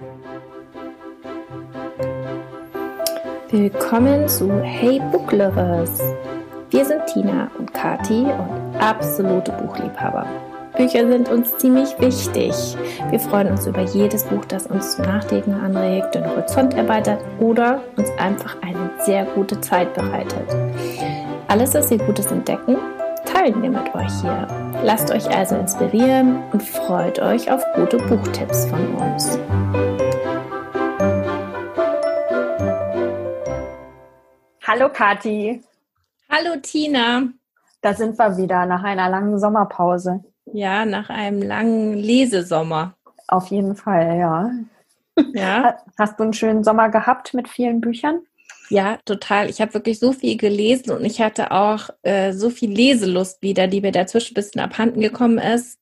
Willkommen zu Hey Book Lovers. Wir sind Tina und Kati und absolute Buchliebhaber. Bücher sind uns ziemlich wichtig. Wir freuen uns über jedes Buch, das uns zum Nachdenken anregt, den Horizont erweitert oder uns einfach eine sehr gute Zeit bereitet. Alles, was wir Gutes entdecken, teilen wir mit euch hier. Lasst euch also inspirieren und freut euch auf gute Buchtipps von uns. Hallo Kati. Hallo Tina. Da sind wir wieder nach einer langen Sommerpause. Ja, nach einem langen Lesesommer. Auf jeden Fall, ja. Ja. Hast du einen schönen Sommer gehabt mit vielen Büchern? Ja, total. Ich habe wirklich so viel gelesen und ich hatte auch so viel Leselust wieder, die mir dazwischen ein bisschen abhanden gekommen ist.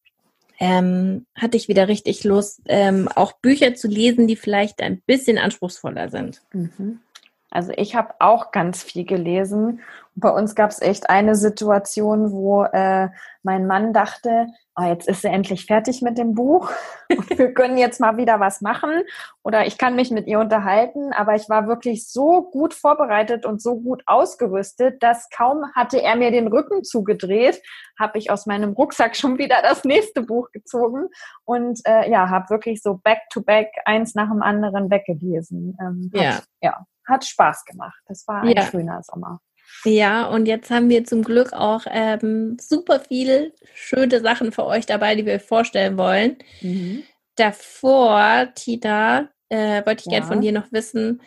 Hatte ich wieder richtig Lust, auch Bücher zu lesen, die vielleicht ein bisschen anspruchsvoller sind. Mhm. Also ich habe auch ganz viel gelesen. Bei uns gab es echt eine Situation, wo mein Mann dachte, jetzt ist er endlich fertig mit dem Buch und wir können jetzt mal wieder was machen oder ich kann mich mit ihr unterhalten. Aber ich war wirklich so gut vorbereitet und so gut ausgerüstet, dass kaum hatte er mir den Rücken zugedreht, habe ich aus meinem Rucksack schon wieder das nächste Buch gezogen und habe wirklich so back-to-back eins nach dem anderen weggelesen. Hat Spaß gemacht. Das war ein schöner Sommer. Ja, und jetzt haben wir zum Glück auch super viele schöne Sachen für euch dabei, die wir vorstellen wollen. Mhm. Davor, Tina, wollte ich gerne von dir noch wissen,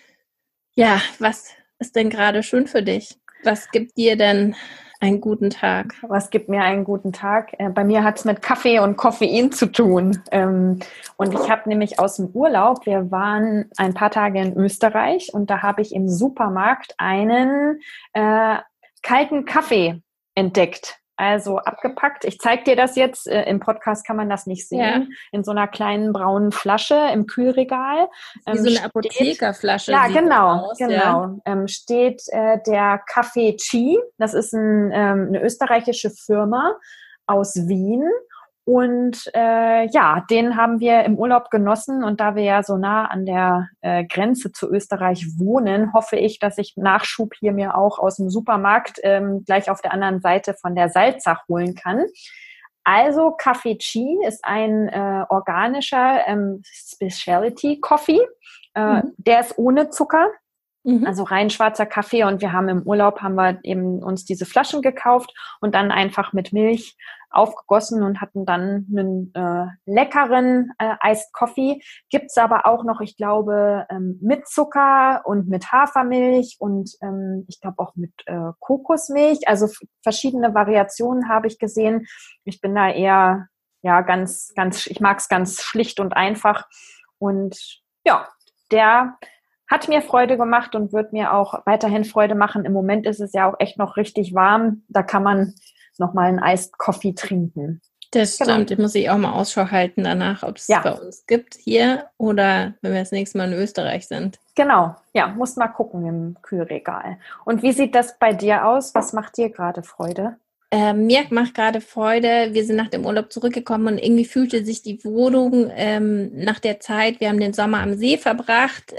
was ist denn gerade schön für dich? Was gibt dir denn einen guten Tag? Was gibt mir einen guten Tag? Bei mir hat es mit Kaffee und Koffein zu tun. Und ich habe nämlich aus dem Urlaub, wir waren ein paar Tage in Österreich und da habe ich im Supermarkt einen kalten Kaffee entdeckt. Also abgepackt. Ich zeige dir das jetzt. Im Podcast kann man das nicht sehen. Ja. In so einer kleinen braunen Flasche im Kühlregal. Wie so eine Apothekerflasche. Ja, genau. Steht der Café Chi. Das ist eine österreichische Firma aus Wien. Und den haben wir im Urlaub genossen. Und da wir ja so nah an der Grenze zu Österreich wohnen, hoffe ich, dass ich Nachschub hier mir auch aus dem Supermarkt gleich auf der anderen Seite von der Salzach holen kann. Also Café Chi ist ein organischer Specialty Coffee. Der ist ohne Zucker. Also rein schwarzer Kaffee und wir haben im Urlaub eben uns diese Flaschen gekauft und dann einfach mit Milch aufgegossen und hatten dann einen leckeren Iced Coffee. Gibt's aber auch noch, ich glaube, mit Zucker und mit Hafermilch und ich glaube auch mit Kokosmilch. Also verschiedene Variationen habe ich gesehen. Ich bin da eher ich mag's ganz schlicht und einfach und der hat mir Freude gemacht und wird mir auch weiterhin Freude machen. Im Moment ist es ja auch echt noch richtig warm. Da kann man noch mal einen Iced Coffee trinken. Das stimmt. Da muss ich auch mal Ausschau halten danach, ob es bei uns gibt hier oder wenn wir das nächste Mal in Österreich sind. Genau. Ja, muss mal gucken im Kühlregal. Und wie sieht das bei dir aus? Was macht dir gerade Freude? Mir macht gerade Freude, wir sind nach dem Urlaub zurückgekommen und irgendwie fühlte sich die Wohnung nach der Zeit, wir haben den Sommer am See verbracht,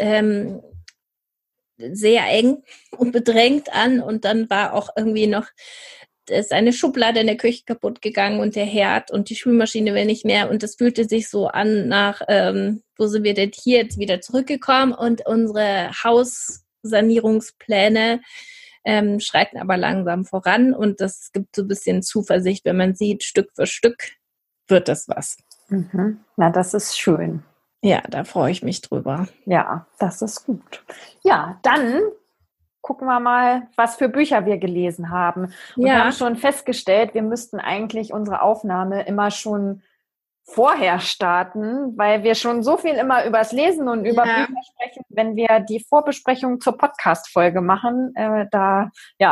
sehr eng und bedrängt an und dann war auch irgendwie noch, ist eine Schublade in der Küche kaputt gegangen und der Herd und die Spülmaschine will nicht mehr und das fühlte sich so an nach, wo sind wir denn hier jetzt wieder zurückgekommen und unsere Haussanierungspläne schreiten aber langsam voran und das gibt so ein bisschen Zuversicht, wenn man sieht, Stück für Stück wird das was. Mhm. Na, das ist schön. Ja, da freue ich mich drüber. Ja, das ist gut. Ja, dann gucken wir mal, was für Bücher wir gelesen haben. Und wir haben schon festgestellt, wir müssten eigentlich unsere Aufnahme immer schon vorher starten, weil wir schon so viel immer übers Lesen und über Bücher sprechen. Wenn wir die Vorbesprechung zur Podcast-Folge machen, da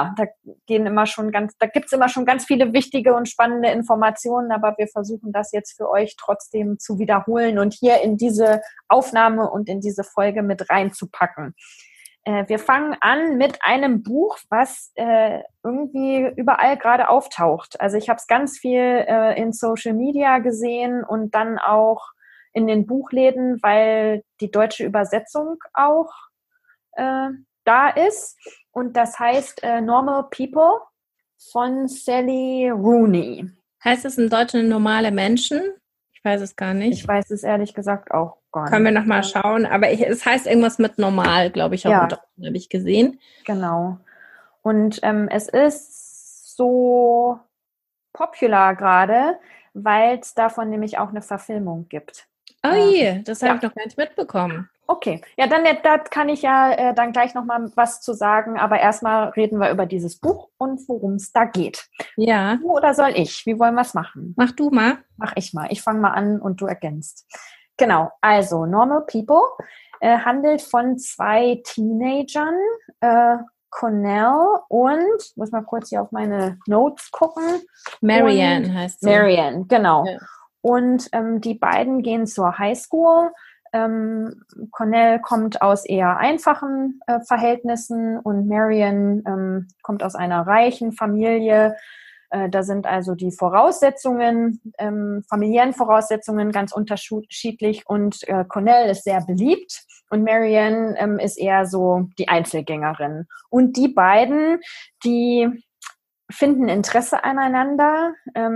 gibt's immer schon ganz viele wichtige und spannende Informationen, aber wir versuchen das jetzt für euch trotzdem zu wiederholen und hier in diese Aufnahme und in diese Folge mit reinzupacken. Wir fangen an mit einem Buch, was irgendwie überall gerade auftaucht. Also ich habe es ganz viel in Social Media gesehen und dann auch in den Buchläden, weil die deutsche Übersetzung auch da ist. Und das heißt Normal People von Sally Rooney. Heißt es im Deutschen normale Menschen? Ich weiß es gar nicht. Ich weiß es ehrlich gesagt auch gar nicht. Können wir nochmal schauen. Aber es heißt irgendwas mit normal, glaube ich, auch im Deutschen, habe ich gesehen. Genau. Und es ist so popular gerade, weil es davon nämlich auch eine Verfilmung gibt. Oh je, das habe ich noch gar nicht mitbekommen. Okay, ja, dann da kann ich ja dann gleich nochmal was zu sagen, aber erstmal reden wir über dieses Buch und worum es da geht. Ja. Du oder soll ich? Wie wollen wir es machen? Mach du mal. Mach ich mal. Ich fange mal an und du ergänzt. Genau, also Normal People handelt von 2 Teenagern, Connell und, muss mal kurz hier auf meine Notes gucken. Marianne heißt sie. Marianne, genau. Ja. Und die beiden gehen zur Highschool. Connell kommt aus eher einfachen Verhältnissen und Marianne kommt aus einer reichen Familie. Da sind also die Voraussetzungen, familiären Voraussetzungen ganz unterschiedlich und Connell ist sehr beliebt und Marianne ist eher so die Einzelgängerin. Und die beiden, die finden Interesse aneinander.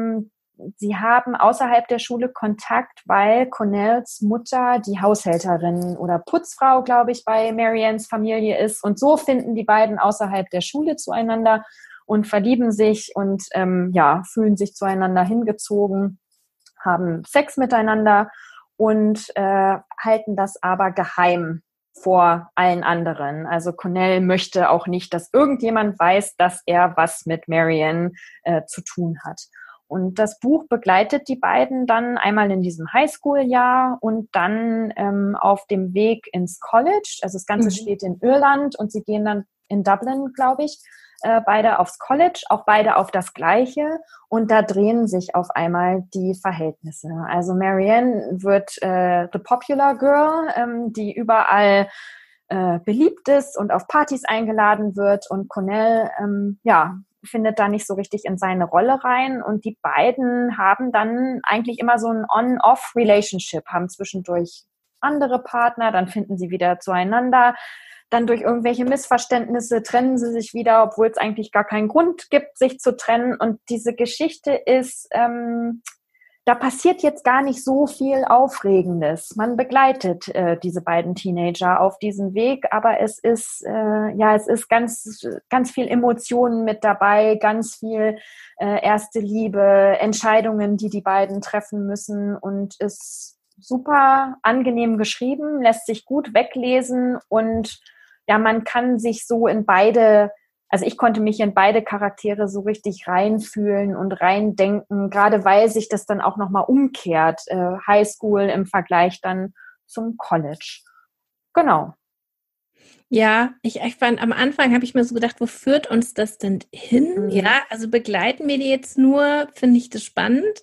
Sie haben außerhalb der Schule Kontakt, weil Connells Mutter die Haushälterin oder Putzfrau, glaube ich, bei Mariannes Familie ist. Und so finden die beiden außerhalb der Schule zueinander und verlieben sich und fühlen sich zueinander hingezogen, haben Sex miteinander und halten das aber geheim vor allen anderen. Also Connell möchte auch nicht, dass irgendjemand weiß, dass er was mit Marianne zu tun hat. Und das Buch begleitet die beiden dann einmal in diesem Highschool-Jahr und dann auf dem Weg ins College. Also das Ganze spielt in Irland und sie gehen dann in Dublin, glaube ich, beide aufs College, auch beide auf das Gleiche. Und da drehen sich auf einmal die Verhältnisse. Also Marianne wird the popular girl, die überall beliebt ist und auf Partys eingeladen wird. Und Connell, findet da nicht so richtig in seine Rolle rein und die beiden haben dann eigentlich immer so ein On-Off-Relationship, haben zwischendurch andere Partner, dann finden sie wieder zueinander, dann durch irgendwelche Missverständnisse trennen sie sich wieder, obwohl es eigentlich gar keinen Grund gibt, sich zu trennen und diese Geschichte ist, da passiert jetzt gar nicht so viel Aufregendes. Man begleitet diese beiden Teenager auf diesem Weg, aber es ist ganz, ganz viel Emotionen mit dabei, ganz viel erste Liebe, Entscheidungen, die die beiden treffen müssen und ist super angenehm geschrieben, lässt sich gut weglesen und ja, man kann sich so in beide. Also ich konnte mich in beide Charaktere so richtig reinfühlen und reindenken, gerade weil sich das dann auch nochmal umkehrt, Highschool im Vergleich dann zum College. Genau. Ja, ich fand, am Anfang habe ich mir so gedacht, wo führt uns das denn hin? Ja, also begleiten wir die jetzt nur, finde ich das spannend.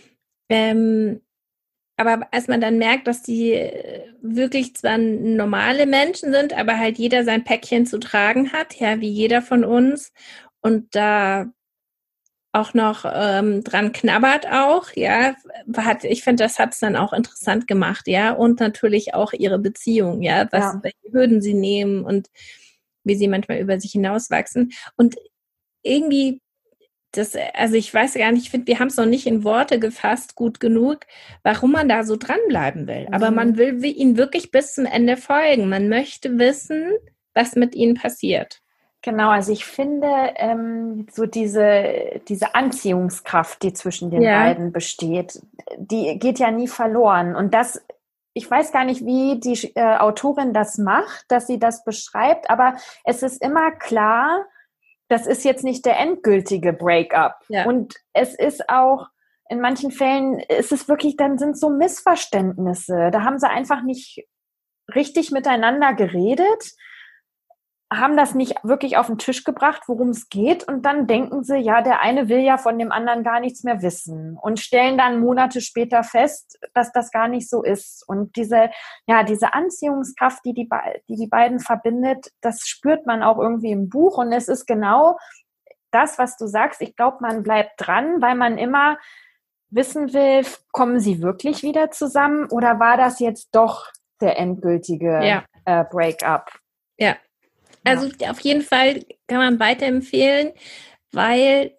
Aber als man dann merkt, dass die wirklich zwar normale Menschen sind, aber halt jeder sein Päckchen zu tragen hat, ja, wie jeder von uns und da auch noch dran knabbert auch, ja, ich finde, das hat es dann auch interessant gemacht, ja, und natürlich auch ihre Beziehung, ja, welche Hürden sie nehmen und wie sie manchmal über sich hinauswachsen und irgendwie also ich weiß gar nicht, ich finde, wir haben es noch nicht in Worte gefasst, gut genug, warum man da so dranbleiben will. Aber man will ihnen wirklich bis zum Ende folgen. Man möchte wissen, was mit ihnen passiert. Genau, also ich finde, so diese Anziehungskraft, die zwischen den beiden besteht, die geht ja nie verloren. Und ich weiß gar nicht, wie die Autorin das macht, dass sie das beschreibt, aber es ist immer klar, das ist jetzt nicht der endgültige Breakup. Ja. Und es ist auch, in manchen Fällen ist es wirklich, dann sind so Missverständnisse. Da haben sie einfach nicht richtig miteinander geredet, haben das nicht wirklich auf den Tisch gebracht, worum es geht. Und dann denken sie, ja, der eine will ja von dem anderen gar nichts mehr wissen und stellen dann Monate später fest, dass das gar nicht so ist. Und diese Anziehungskraft, die die beiden verbindet, das spürt man auch irgendwie im Buch. Und es ist genau das, was du sagst. Ich glaube, man bleibt dran, weil man immer wissen will, kommen sie wirklich wieder zusammen oder war das jetzt doch der endgültige Break-up? Ja, also auf jeden Fall kann man weiterempfehlen, weil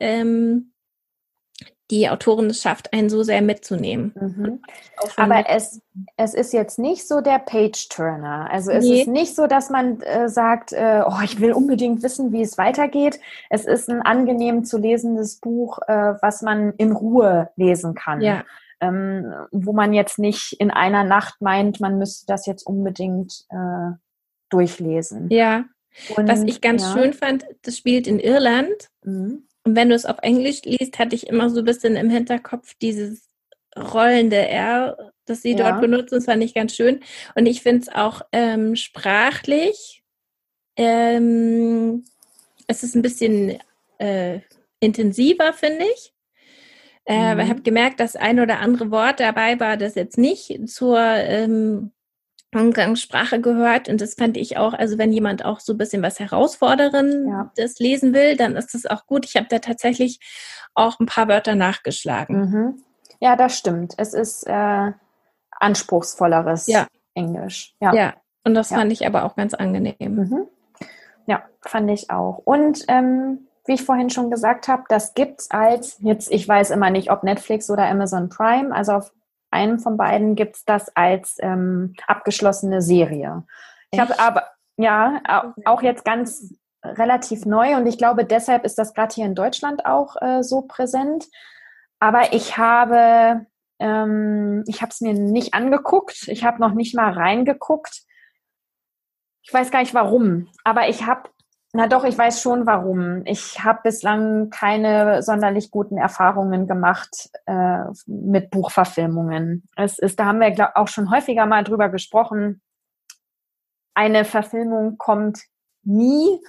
die Autorin es schafft, einen so sehr mitzunehmen. Mhm. Aber es ist jetzt nicht so der Page-Turner. Also es ist nicht so, dass man sagt, ich will unbedingt wissen, wie es weitergeht. Es ist ein angenehm zu lesendes Buch, was man in Ruhe lesen kann. Ja. Wo man jetzt nicht in einer Nacht meint, man müsste das jetzt unbedingt durchlesen. Ja, und was ich ganz schön fand, das spielt in Irland. Mhm. Und wenn du es auf Englisch liest, hatte ich immer so ein bisschen im Hinterkopf dieses rollende R, das sie dort benutzen. Das fand ich ganz schön. Und ich finde es auch sprachlich, es ist ein bisschen intensiver, finde ich. Weil ich habe gemerkt, dass ein oder andere Wort dabei war, das jetzt nicht zur Umgangssprache gehört, und das fand ich auch, also wenn jemand auch so ein bisschen was Herausforderndes lesen will, dann ist das auch gut. Ich habe da tatsächlich auch ein paar Wörter nachgeschlagen. Mhm. Ja, das stimmt. Es ist anspruchsvolleres Englisch. Ja, und das fand ich aber auch ganz angenehm. Mhm. Ja, fand ich auch. Und wie ich vorhin schon gesagt habe, das gibt's ich weiß immer nicht, ob Netflix oder Amazon Prime, also auf einem von beiden gibt's das als abgeschlossene Serie. Ich habe aber, auch jetzt ganz relativ neu, und ich glaube, deshalb ist das gerade hier in Deutschland auch so präsent. Aber ich habe es mir nicht angeguckt. Ich habe noch nicht mal reingeguckt. Ich weiß gar nicht warum, aber ich weiß schon warum. Ich habe bislang keine sonderlich guten Erfahrungen gemacht mit Buchverfilmungen. Da haben wir auch schon häufiger mal drüber gesprochen. Eine Verfilmung kommt nie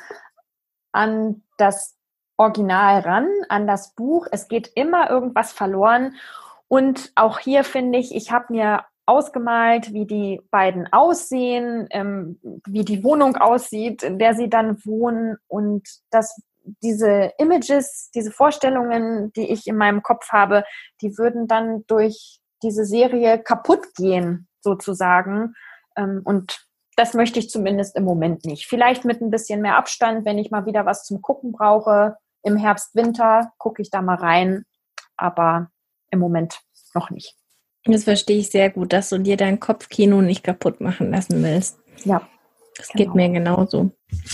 an das Original ran, an das Buch. Es geht immer irgendwas verloren. Und auch hier finde ich habe mir ausgemalt, wie die beiden aussehen, wie die Wohnung aussieht, in der sie dann wohnen, und diese Images, diese Vorstellungen, die ich in meinem Kopf habe, die würden dann durch diese Serie kaputt gehen, sozusagen. Und das möchte ich zumindest im Moment nicht. Vielleicht mit ein bisschen mehr Abstand, wenn ich mal wieder was zum Gucken brauche. Im Herbst, Winter gucke ich da mal rein, aber im Moment noch nicht. Das verstehe ich sehr gut, dass du dir dein Kopfkino nicht kaputt machen lassen willst. Ja. Das geht mir genauso.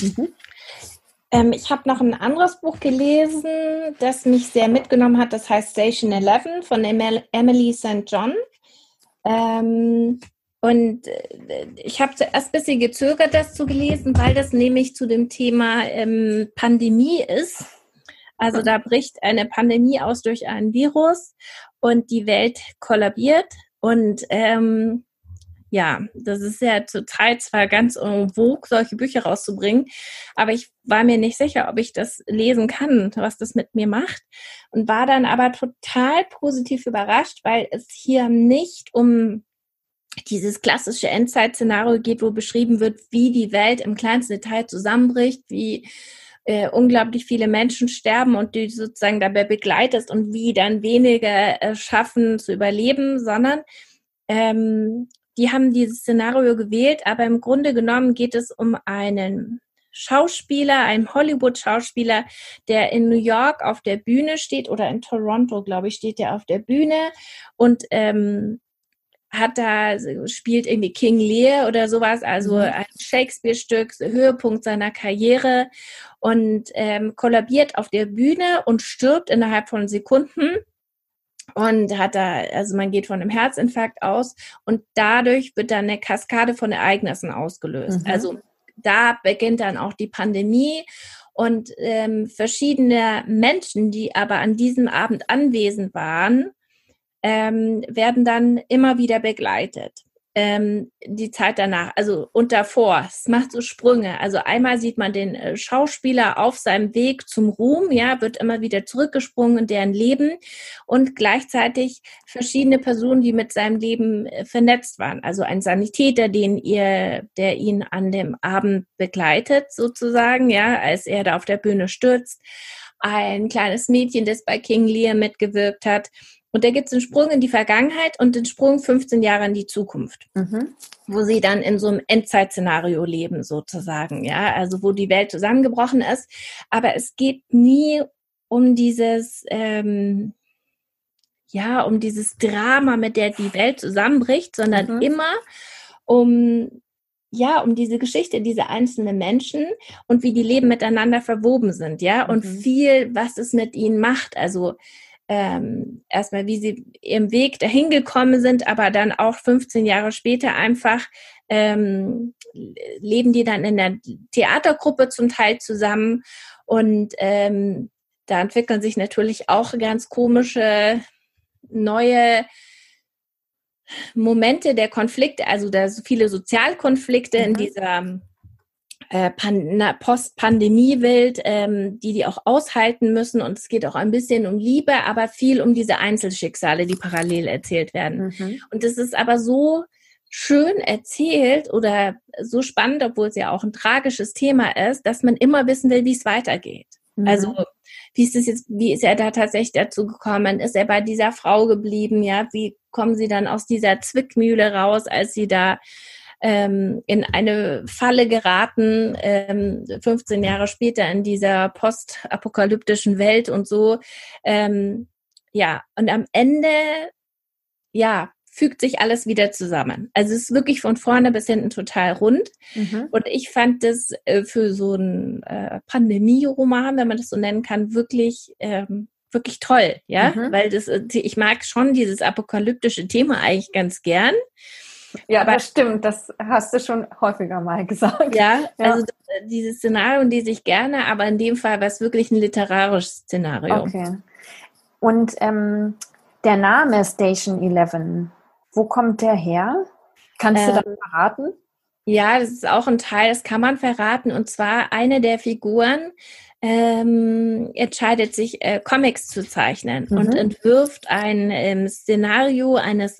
Mhm. Ich habe noch ein anderes Buch gelesen, das mich sehr mitgenommen hat. Das heißt Station 11 von Emily St. John. Und ich habe zuerst ein bisschen gezögert, das zu lesen, weil das nämlich zu dem Thema Pandemie ist. Also da bricht eine Pandemie aus durch ein Virus und die Welt kollabiert. Und das ist ja zurzeit zwar ganz en vogue, solche Bücher rauszubringen, aber ich war mir nicht sicher, ob ich das lesen kann, was das mit mir macht. Und war dann aber total positiv überrascht, weil es hier nicht um dieses klassische Endzeit-Szenario geht, wo beschrieben wird, wie die Welt im kleinsten Detail zusammenbricht, wie unglaublich viele Menschen sterben und du sozusagen dabei begleitest und wie dann wenige schaffen zu überleben, sondern die haben dieses Szenario gewählt, aber im Grunde genommen geht es um einen Schauspieler, einen Hollywood-Schauspieler, der in New York auf der Bühne steht, oder in Toronto, glaube ich, steht er auf der Bühne und spielt irgendwie King Lear oder sowas, also ein Shakespeare-Stück, Höhepunkt seiner Karriere, und kollabiert auf der Bühne und stirbt innerhalb von Sekunden. Und man geht von einem Herzinfarkt aus, und dadurch wird dann eine Kaskade von Ereignissen ausgelöst. Also da beginnt dann auch die Pandemie, und verschiedene Menschen, die aber an diesem Abend anwesend waren, werden dann immer wieder begleitet. Die Zeit danach, also und davor, es macht so Sprünge. Also einmal sieht man den Schauspieler auf seinem Weg zum Ruhm, wird immer wieder zurückgesprungen in deren Leben, und gleichzeitig verschiedene Personen, die mit seinem Leben vernetzt waren. Also ein Sanitäter, der ihn an dem Abend begleitet, sozusagen, als er da auf der Bühne stürzt. Ein kleines Mädchen, das bei King Lear mitgewirkt hat. Und da gibt es einen Sprung in die Vergangenheit und den Sprung 15 Jahre in die Zukunft, wo sie dann in so einem Endzeit-Szenario leben sozusagen, ja, also wo die Welt zusammengebrochen ist. Aber es geht nie um dieses, um dieses Drama, mit der die Welt zusammenbricht, sondern immer um diese Geschichte, diese einzelnen Menschen und wie die Leben miteinander verwoben sind, ja, und viel, was es mit ihnen macht, also erstmal, wie sie ihrem Weg dahin gekommen sind, aber dann auch 15 Jahre später einfach leben die dann in der Theatergruppe zum Teil zusammen und da entwickeln sich natürlich auch ganz komische neue Momente der Konflikte, also da sind viele Sozialkonflikte in dieser Post-Pandemie-Welt, die auch aushalten müssen. Und es geht auch ein bisschen um Liebe, aber viel um diese Einzelschicksale, die parallel erzählt werden. Und das ist aber so schön erzählt oder so spannend, obwohl es ja auch ein tragisches Thema ist, dass man immer wissen will, wie es weitergeht. Also wie ist er da tatsächlich dazu gekommen? Ist er bei dieser Frau geblieben? Ja, wie kommen sie dann aus dieser Zwickmühle raus, als sie da in eine Falle geraten, 15 Jahre später in dieser postapokalyptischen Welt und so. Und am Ende, fügt sich alles wieder zusammen. Also es ist wirklich von vorne bis hinten total rund. Und ich fand das für so einen Pandemie-Roman, wenn man das so nennen kann, wirklich toll, ja, weil ich mag schon dieses apokalyptische Thema eigentlich ganz gern. Ja, aber das stimmt, das hast du schon häufiger mal gesagt. Ja, also diese Szenarien lese ich gerne, aber in dem Fall war es wirklich ein literarisches Szenario. Okay. Und der Name Station 11, wo kommt der her? Kannst du das verraten? Ja, das ist auch ein Teil, das kann man verraten. Und zwar eine der Figuren entscheidet sich, Comics zu zeichnen und entwirft ein Szenario eines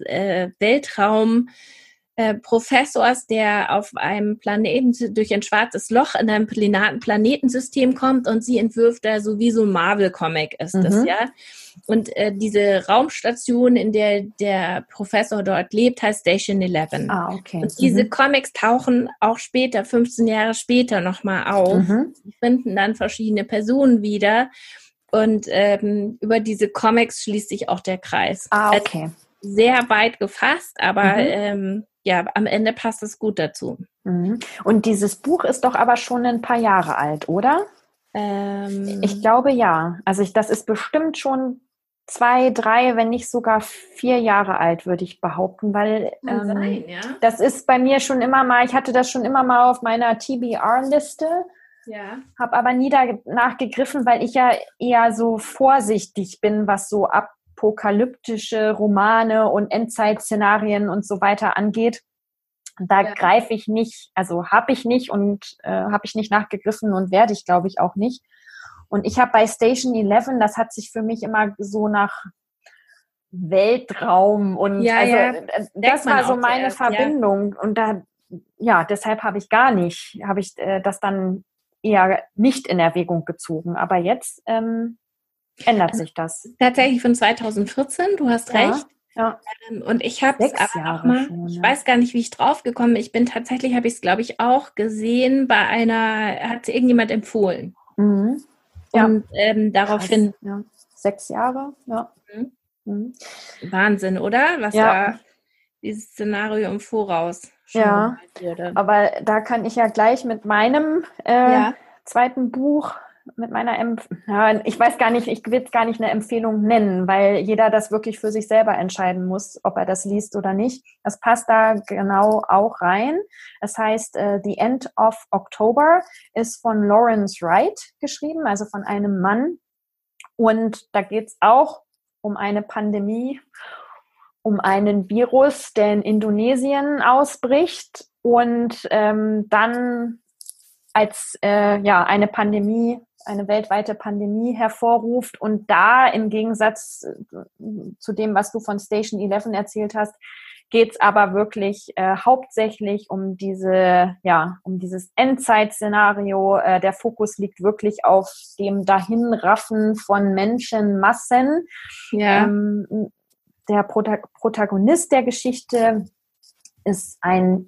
Weltraum-Professors, der auf einem Planeten durch ein schwarzes Loch in einem Planetensystem kommt und sie entwirft da so wie so ein Marvel-Comic ist das, ja. Und diese Raumstation, in der der Professor dort lebt, heißt Station 11. Ah, okay. Und diese Comics tauchen auch später, 15 Jahre später nochmal auf. Die finden dann verschiedene Personen wieder. Und über diese Comics schließt sich auch der Kreis. Ah, okay. Also sehr weit gefasst, aber am Ende passt es gut dazu. Und dieses Buch ist doch aber schon ein paar Jahre alt, oder? Ich glaube, ja. Also das ist bestimmt schon 2, 3, wenn nicht sogar 4 Jahre alt, würde ich behaupten, weil Kann sein, ja. Das ist bei mir schon immer mal, ich hatte das schon immer mal auf meiner TBR-Liste, habe aber nie danach gegriffen, weil ich ja eher so vorsichtig bin, was so apokalyptische Romane und Endzeit-Szenarien und so weiter angeht. Da greife ich nicht, also habe ich nicht und habe ich nicht nachgegriffen und werde ich, glaube ich, auch nicht. Und ich habe bei Station 11, das hat sich für mich immer so nach Weltraum und das war so meine Verbindung. Und deshalb habe ich das dann eher nicht in Erwägung gezogen. Aber jetzt ändert sich das. Tatsächlich von 2014, du hast recht. Ja. Und ich habe es ich weiß gar nicht, wie ich drauf gekommen bin. Habe ich es, glaube ich, auch gesehen hat irgendjemand empfohlen. Und daraufhin. Ja. 6 Jahre, ja. Wahnsinn, oder? Was da dieses Szenario im Voraus schon wurde. Aber da kann ich ja gleich mit meinem zweiten Buch, mit meiner ich weiß gar nicht, ich will es gar nicht eine Empfehlung nennen, weil jeder das wirklich für sich selber entscheiden muss, ob er das liest oder nicht. Das passt da genau auch rein. Das heißt, The End of October ist von Lawrence Wright geschrieben, also von einem Mann. Und da geht es auch um eine Pandemie, um einen Virus, der in Indonesien ausbricht und dann als eine Pandemie, eine weltweite Pandemie hervorruft. Und da im Gegensatz zu dem, was du von Station 11 erzählt hast, geht es aber wirklich hauptsächlich um dieses Endzeit-Szenario. Der Fokus liegt wirklich auf dem Dahinraffen von Menschenmassen. der Protagonist der Geschichte ist ein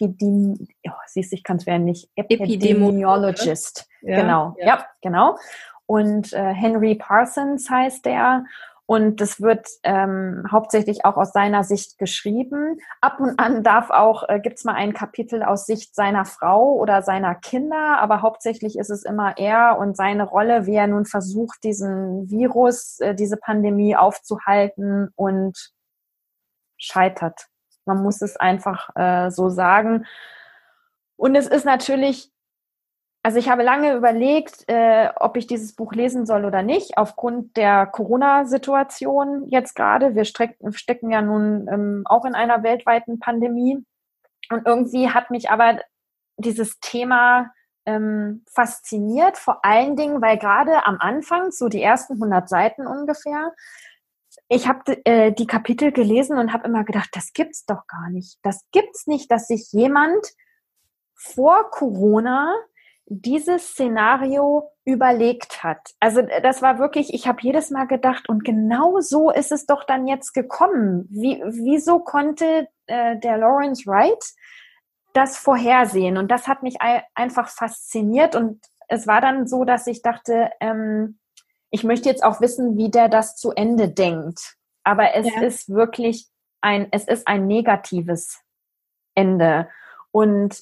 Epidemiologist. Ja, genau. Und Henry Parsons heißt der. Und das wird hauptsächlich auch aus seiner Sicht geschrieben. Ab und an gibt's mal ein Kapitel aus Sicht seiner Frau oder seiner Kinder, aber hauptsächlich ist es immer er und seine Rolle, wie er nun versucht, diesen Virus, diese Pandemie aufzuhalten und scheitert. Man muss es einfach so sagen. Und es ist natürlich, also ich habe lange überlegt, ob ich dieses Buch lesen soll oder nicht, aufgrund der Corona-Situation jetzt gerade. Wir stecken ja nun auch in einer weltweiten Pandemie. Und irgendwie hat mich aber dieses Thema fasziniert, vor allen Dingen, weil gerade am Anfang, so die ersten 100 Seiten ungefähr, ich habe die Kapitel gelesen und habe immer gedacht, das gibt's doch gar nicht. Das gibt's nicht, dass sich jemand vor Corona dieses Szenario überlegt hat. Also das war wirklich, ich habe jedes Mal gedacht, und genau so ist es doch dann jetzt gekommen. Wieso konnte der Lawrence Wright das vorhersehen? Und das hat mich einfach fasziniert. Und es war dann so, dass ich dachte, ich möchte jetzt auch wissen, wie der das zu Ende denkt. Aber es ist wirklich ein negatives Ende. Und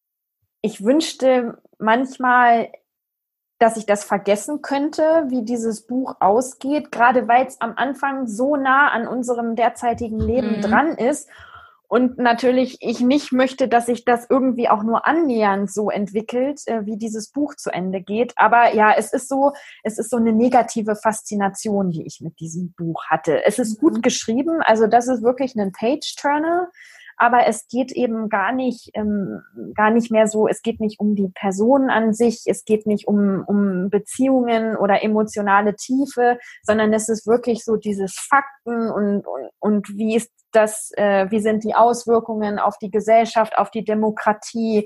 ich wünschte manchmal, dass ich das vergessen könnte, wie dieses Buch ausgeht, gerade weil es am Anfang so nah an unserem derzeitigen Leben dran ist. Und natürlich ich nicht möchte, dass sich das irgendwie auch nur annähernd so entwickelt, wie dieses Buch zu Ende geht. Aber ja, es ist so eine negative Faszination, die ich mit diesem Buch hatte. Es ist gut geschrieben, also das ist wirklich ein Page-Turner. Aber es geht eben gar nicht mehr so, es geht nicht um die Person an sich, es geht nicht um Beziehungen oder emotionale Tiefe, sondern es ist wirklich so dieses Fakten und wie ist das, wie sind die Auswirkungen auf die Gesellschaft, auf die Demokratie.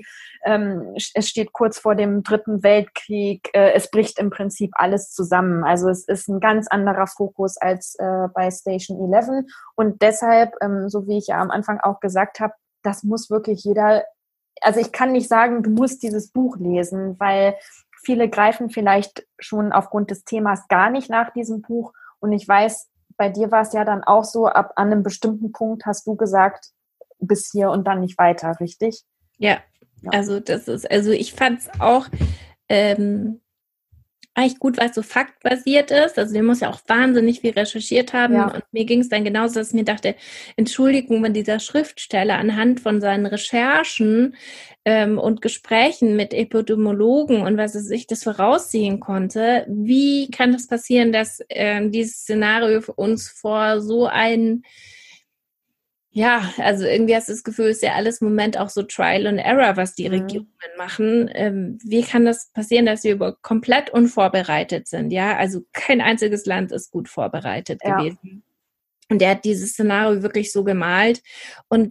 Es steht kurz vor dem Dritten Weltkrieg. Es bricht im Prinzip alles zusammen. Also es ist ein ganz anderer Fokus als bei Station 11. Und deshalb, so wie ich ja am Anfang auch gesagt habe, das muss wirklich jeder, also ich kann nicht sagen, du musst dieses Buch lesen, weil viele greifen vielleicht schon aufgrund des Themas gar nicht nach diesem Buch. Und ich weiß, bei dir war es ja dann auch so, ab an einem bestimmten Punkt hast du gesagt, bis hier und dann nicht weiter, richtig? Ja. Also ich fand es auch eigentlich gut, weil es so faktbasiert ist. Also der muss ja auch wahnsinnig viel recherchiert haben. Ja. Und mir ging es dann genauso, dass ich mir dachte, Entschuldigung, wenn dieser Schriftsteller anhand von seinen Recherchen und Gesprächen mit Epidemiologen und was weiß ich, das voraussehen konnte, wie kann das passieren, dass dieses Szenario für uns vor so ein ja, also irgendwie hast du das Gefühl, es ist ja alles im Moment auch so Trial and Error, was die Regierungen machen. Wie kann das passieren, dass wir komplett unvorbereitet sind? Ja, also kein einziges Land ist gut vorbereitet gewesen. Und er hat dieses Szenario wirklich so gemalt. Und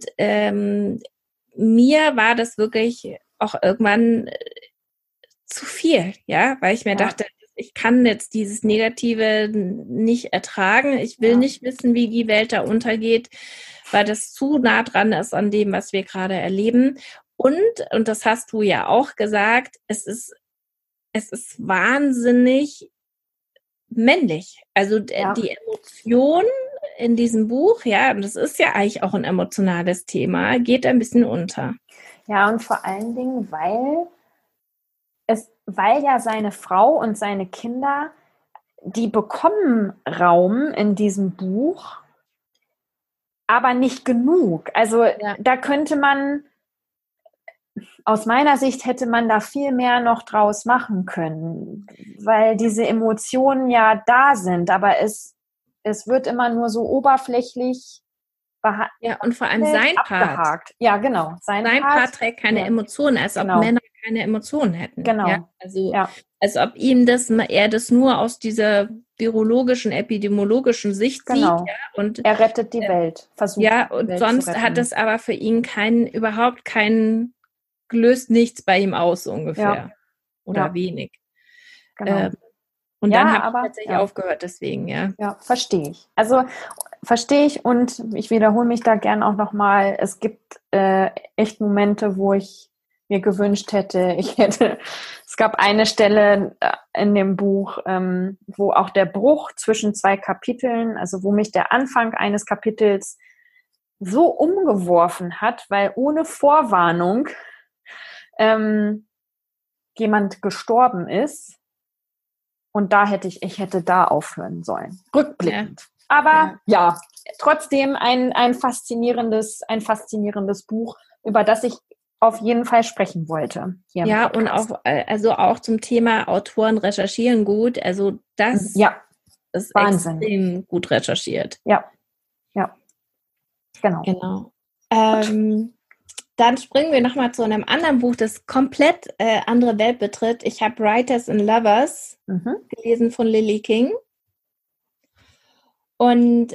mir war das wirklich auch irgendwann zu viel, ja, weil ich mir dachte, ich kann jetzt dieses Negative nicht ertragen. Ich will nicht wissen, wie die Welt da untergeht, weil das zu nah dran ist an dem, was wir gerade erleben. Und das hast du ja auch gesagt, es ist wahnsinnig männlich. Also die Emotion in diesem Buch, ja, und das ist ja eigentlich auch ein emotionales Thema, geht ein bisschen unter. Ja, und vor allen Dingen, weil ja seine Frau und seine Kinder, die bekommen Raum in diesem Buch, aber nicht genug. Also da könnte man, aus meiner Sicht hätte man da viel mehr noch draus machen können, weil diese Emotionen ja da sind, aber es wird immer nur so oberflächlich und vor allem sein abgehakt. Part. Ja, genau. Sein Part trägt keine Emotionen, als ob Männer keine Emotionen hätten. Genau. Ja? Also als ob er das nur aus dieser virologischen, epidemiologischen Sicht sieht. Ja? Und er rettet die Welt, versucht. Ja, und sonst hat es aber für ihn löst nichts bei ihm aus ungefähr. Oder wenig. Genau. Und dann habe ich tatsächlich aufgehört, deswegen, ja. Ja, verstehe ich. Also verstehe ich und ich wiederhole mich da gern auch nochmal. Es gibt echt Momente, wo ich mir gewünscht hätte, es gab eine Stelle in dem Buch, wo auch der Bruch zwischen 2 Kapiteln, also wo mich der Anfang eines Kapitels so umgeworfen hat, weil ohne Vorwarnung jemand gestorben ist. Und da ich hätte da aufhören sollen. Rückblickend. Ja. Aber ja, trotzdem ein faszinierendes Buch, über das ich auf jeden Fall sprechen wollte. Hier ja, und auch zum Thema Autoren recherchieren gut. Also das ist Wahnsinn. Extrem gut recherchiert. Ja. Genau. Dann springen wir nochmal zu einem anderen Buch, das komplett andere Welt betritt. Ich habe Writers and Lovers gelesen von Lily King. Und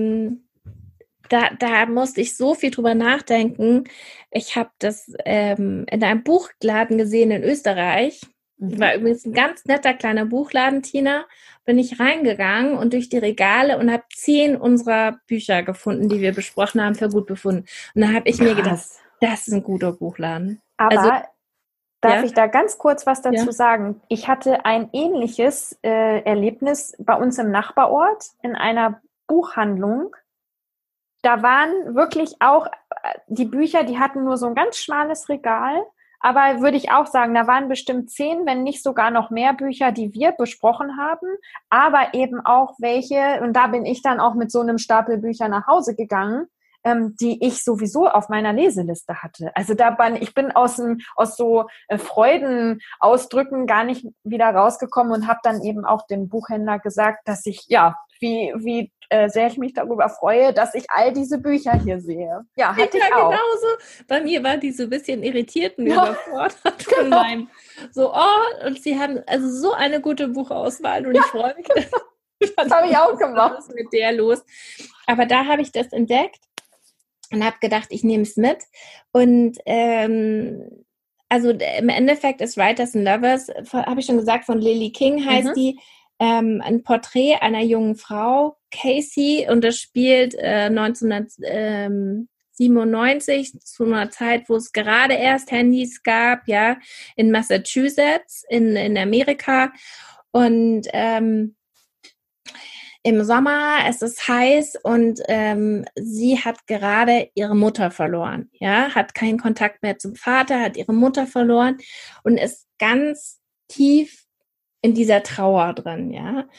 da musste ich so viel drüber nachdenken. Ich habe das in einem Buchladen gesehen in Österreich. War übrigens ein ganz netter kleiner Buchladen, Tina. Bin ich reingegangen und durch die Regale und habe 10 unserer Bücher gefunden, die wir besprochen haben, für gut befunden. Und da habe ich mir gedacht, das ist ein guter Buchladen. Aber darf ich da ganz kurz was dazu sagen? Ich hatte ein ähnliches Erlebnis bei uns im Nachbarort in einer Buchhandlung. Da waren wirklich auch die Bücher, die hatten nur so ein ganz schmales Regal. Aber würde ich auch sagen, da waren bestimmt 10, wenn nicht sogar noch mehr Bücher, die wir besprochen haben. Aber eben auch welche, und da bin ich dann auch mit so einem Stapel Bücher nach Hause gegangen, die ich sowieso auf meiner Leseliste hatte. Also ich bin aus so Freudenausdrücken gar nicht wieder rausgekommen und habe dann eben auch dem Buchhändler gesagt, dass ich, wie sehr ich mich darüber freue, dass ich all diese Bücher hier sehe. Ja, hatte ich auch. Genauso. Bei mir war die so ein bisschen irritiert und überfordert von meinem und sie haben also so eine gute Buchauswahl und ich freue mich. Das habe ich auch gemacht. Was ist mit der los? Aber da habe ich das entdeckt und habe gedacht, ich nehme es mit. Und also im Endeffekt ist Writers and Lovers, habe ich schon gesagt, von Lily King heißt die, ein Porträt einer jungen Frau, Casey, und das spielt 1997 zu einer Zeit, wo es gerade erst Handys gab, in Massachusetts, in Amerika. Und im Sommer, es ist heiß und sie hat gerade ihre Mutter verloren, hat keinen Kontakt mehr zum Vater, hat ihre Mutter verloren und ist ganz tief in dieser Trauer drin,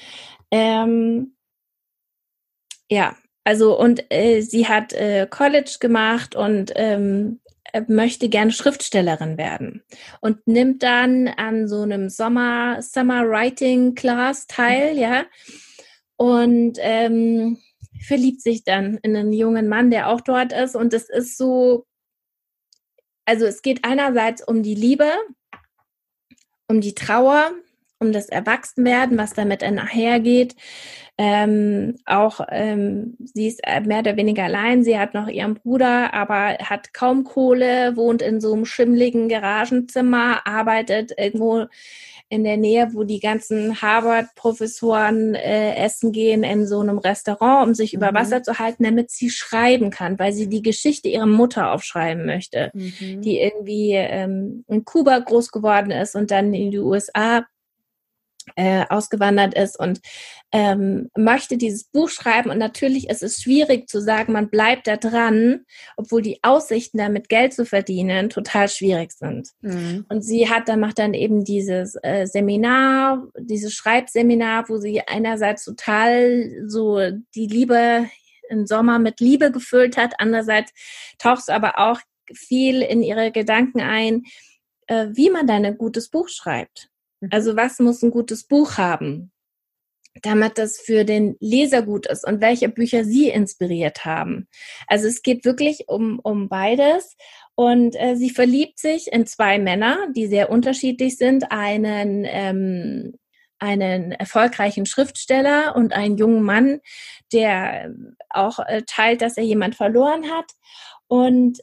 also und sie hat College gemacht und möchte gerne Schriftstellerin werden und nimmt dann an so einem Summer Writing Class teil, und verliebt sich dann in einen jungen Mann, der auch dort ist, und es ist so, also es geht einerseits um die Liebe, um die Trauer, um das Erwachsenwerden, was damit einhergeht. Sie ist mehr oder weniger allein, sie hat noch ihren Bruder, aber hat kaum Kohle, wohnt in so einem schimmligen Garagenzimmer, arbeitet irgendwo in der Nähe, wo die ganzen Harvard-Professoren essen gehen, in so einem Restaurant, um sich über Wasser zu halten, damit sie schreiben kann, weil sie die Geschichte ihrer Mutter aufschreiben möchte, die irgendwie in Kuba groß geworden ist und dann in die USA ausgewandert ist und möchte dieses Buch schreiben. Und natürlich ist es schwierig zu sagen, man bleibt da dran, obwohl die Aussichten, damit Geld zu verdienen, total schwierig sind. Und sie macht dann eben dieses Seminar, dieses Schreibseminar, wo sie einerseits total so die Liebe im Sommer mit Liebe gefüllt hat, andererseits taucht aber auch viel in ihre Gedanken ein, wie man dann ein gutes Buch schreibt. Also was muss ein gutes Buch haben, damit das für den Leser gut ist, und welche Bücher sie inspiriert haben. Also es geht wirklich um beides, und sie verliebt sich in 2 Männer, die sehr unterschiedlich sind, einen erfolgreichen Schriftsteller und einen jungen Mann, der auch teilt, dass er jemand verloren hat. Und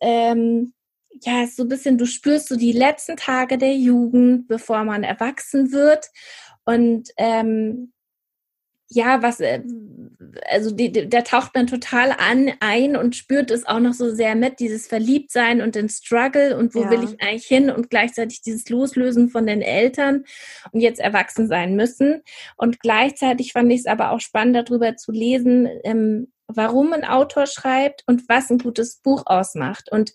so ein bisschen, du spürst so die letzten Tage der Jugend, bevor man erwachsen wird. Und ja, also da taucht man total ein und spürt es auch noch so sehr mit, dieses Verliebtsein und den Struggle und wo will ich eigentlich hin und gleichzeitig dieses Loslösen von den Eltern und jetzt erwachsen sein müssen. Und gleichzeitig fand ich es aber auch spannend, darüber zu lesen, warum ein Autor schreibt und was ein gutes Buch ausmacht und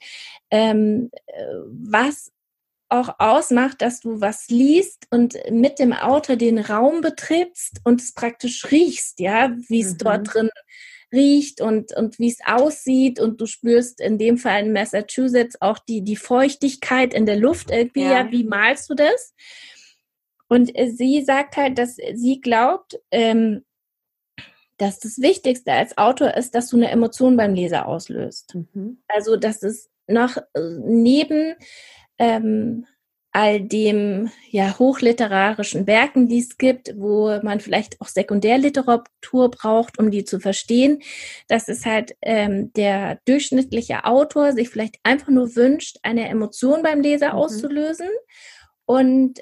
was auch ausmacht, dass du was liest und mit dem Autor den Raum betrittst und es praktisch riechst, ja, wie es dort drin riecht und wie es aussieht und du spürst in dem Fall in Massachusetts auch die Feuchtigkeit in der Luft irgendwie, ja, wie malst du das? Und sie sagt halt, dass sie glaubt, dass das Wichtigste als Autor ist, dass du eine Emotion beim Leser auslöst. Also, dass es noch neben all dem hochliterarischen Werken, die es gibt, wo man vielleicht auch Sekundärliteratur braucht, um die zu verstehen, dass es halt der durchschnittliche Autor sich vielleicht einfach nur wünscht, eine Emotion beim Leser auszulösen und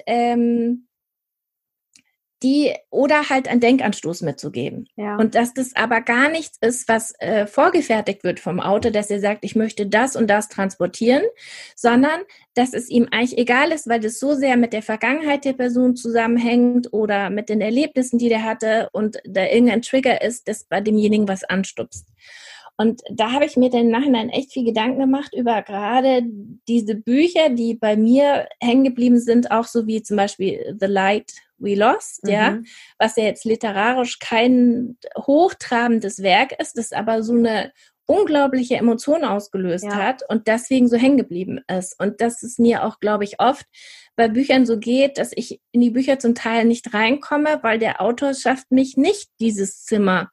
die oder halt einen Denkanstoß mitzugeben. Ja. Und dass das aber gar nichts ist, was vorgefertigt wird vom Autor, dass er sagt, ich möchte das und das transportieren, sondern dass es ihm eigentlich egal ist, weil das so sehr mit der Vergangenheit der Person zusammenhängt oder mit den Erlebnissen, die der hatte und da irgendein Trigger ist, das bei demjenigen was anstupst. Und da habe ich mir dann im Nachhinein echt viel Gedanken gemacht über gerade diese Bücher, die bei mir hängen geblieben sind, auch so wie zum Beispiel The Light We Lost, ja, was ja jetzt literarisch kein hochtrabendes Werk ist, das aber so eine unglaubliche Emotion ausgelöst hat und deswegen so hängen geblieben ist. Und dass es mir auch, glaube ich, oft bei Büchern so geht, dass ich in die Bücher zum Teil nicht reinkomme, weil der Autor schafft mich nicht, dieses Zimmer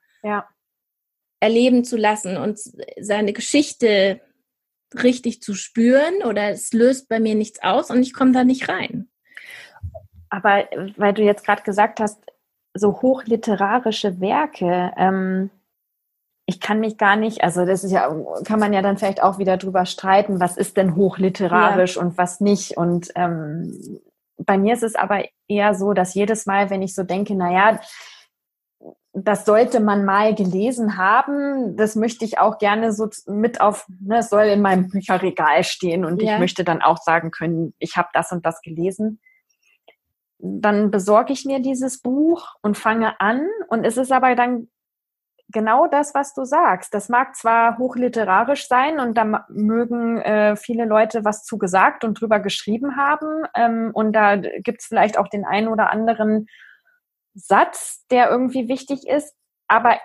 erleben zu lassen und seine Geschichte richtig zu spüren oder es löst bei mir nichts aus und ich komme da nicht rein. Aber weil du jetzt gerade gesagt hast, so hochliterarische Werke, ich kann mich gar nicht, also das ist ja, kann man ja dann vielleicht auch wieder drüber streiten, was ist denn hochliterarisch und was nicht. Und bei mir ist es aber eher so, dass jedes Mal, wenn ich so denke, naja, das sollte man mal gelesen haben, das möchte ich auch gerne so mit auf, es soll in meinem Bücherregal stehen und ich möchte dann auch sagen können, ich habe das und das gelesen. Dann besorge ich mir dieses Buch und fange an und es ist aber dann genau das, was du sagst. Das mag zwar hochliterarisch sein und da mögen viele Leute was zu gesagt und drüber geschrieben haben und da gibt es vielleicht auch den einen oder anderen Satz, der irgendwie wichtig ist, aber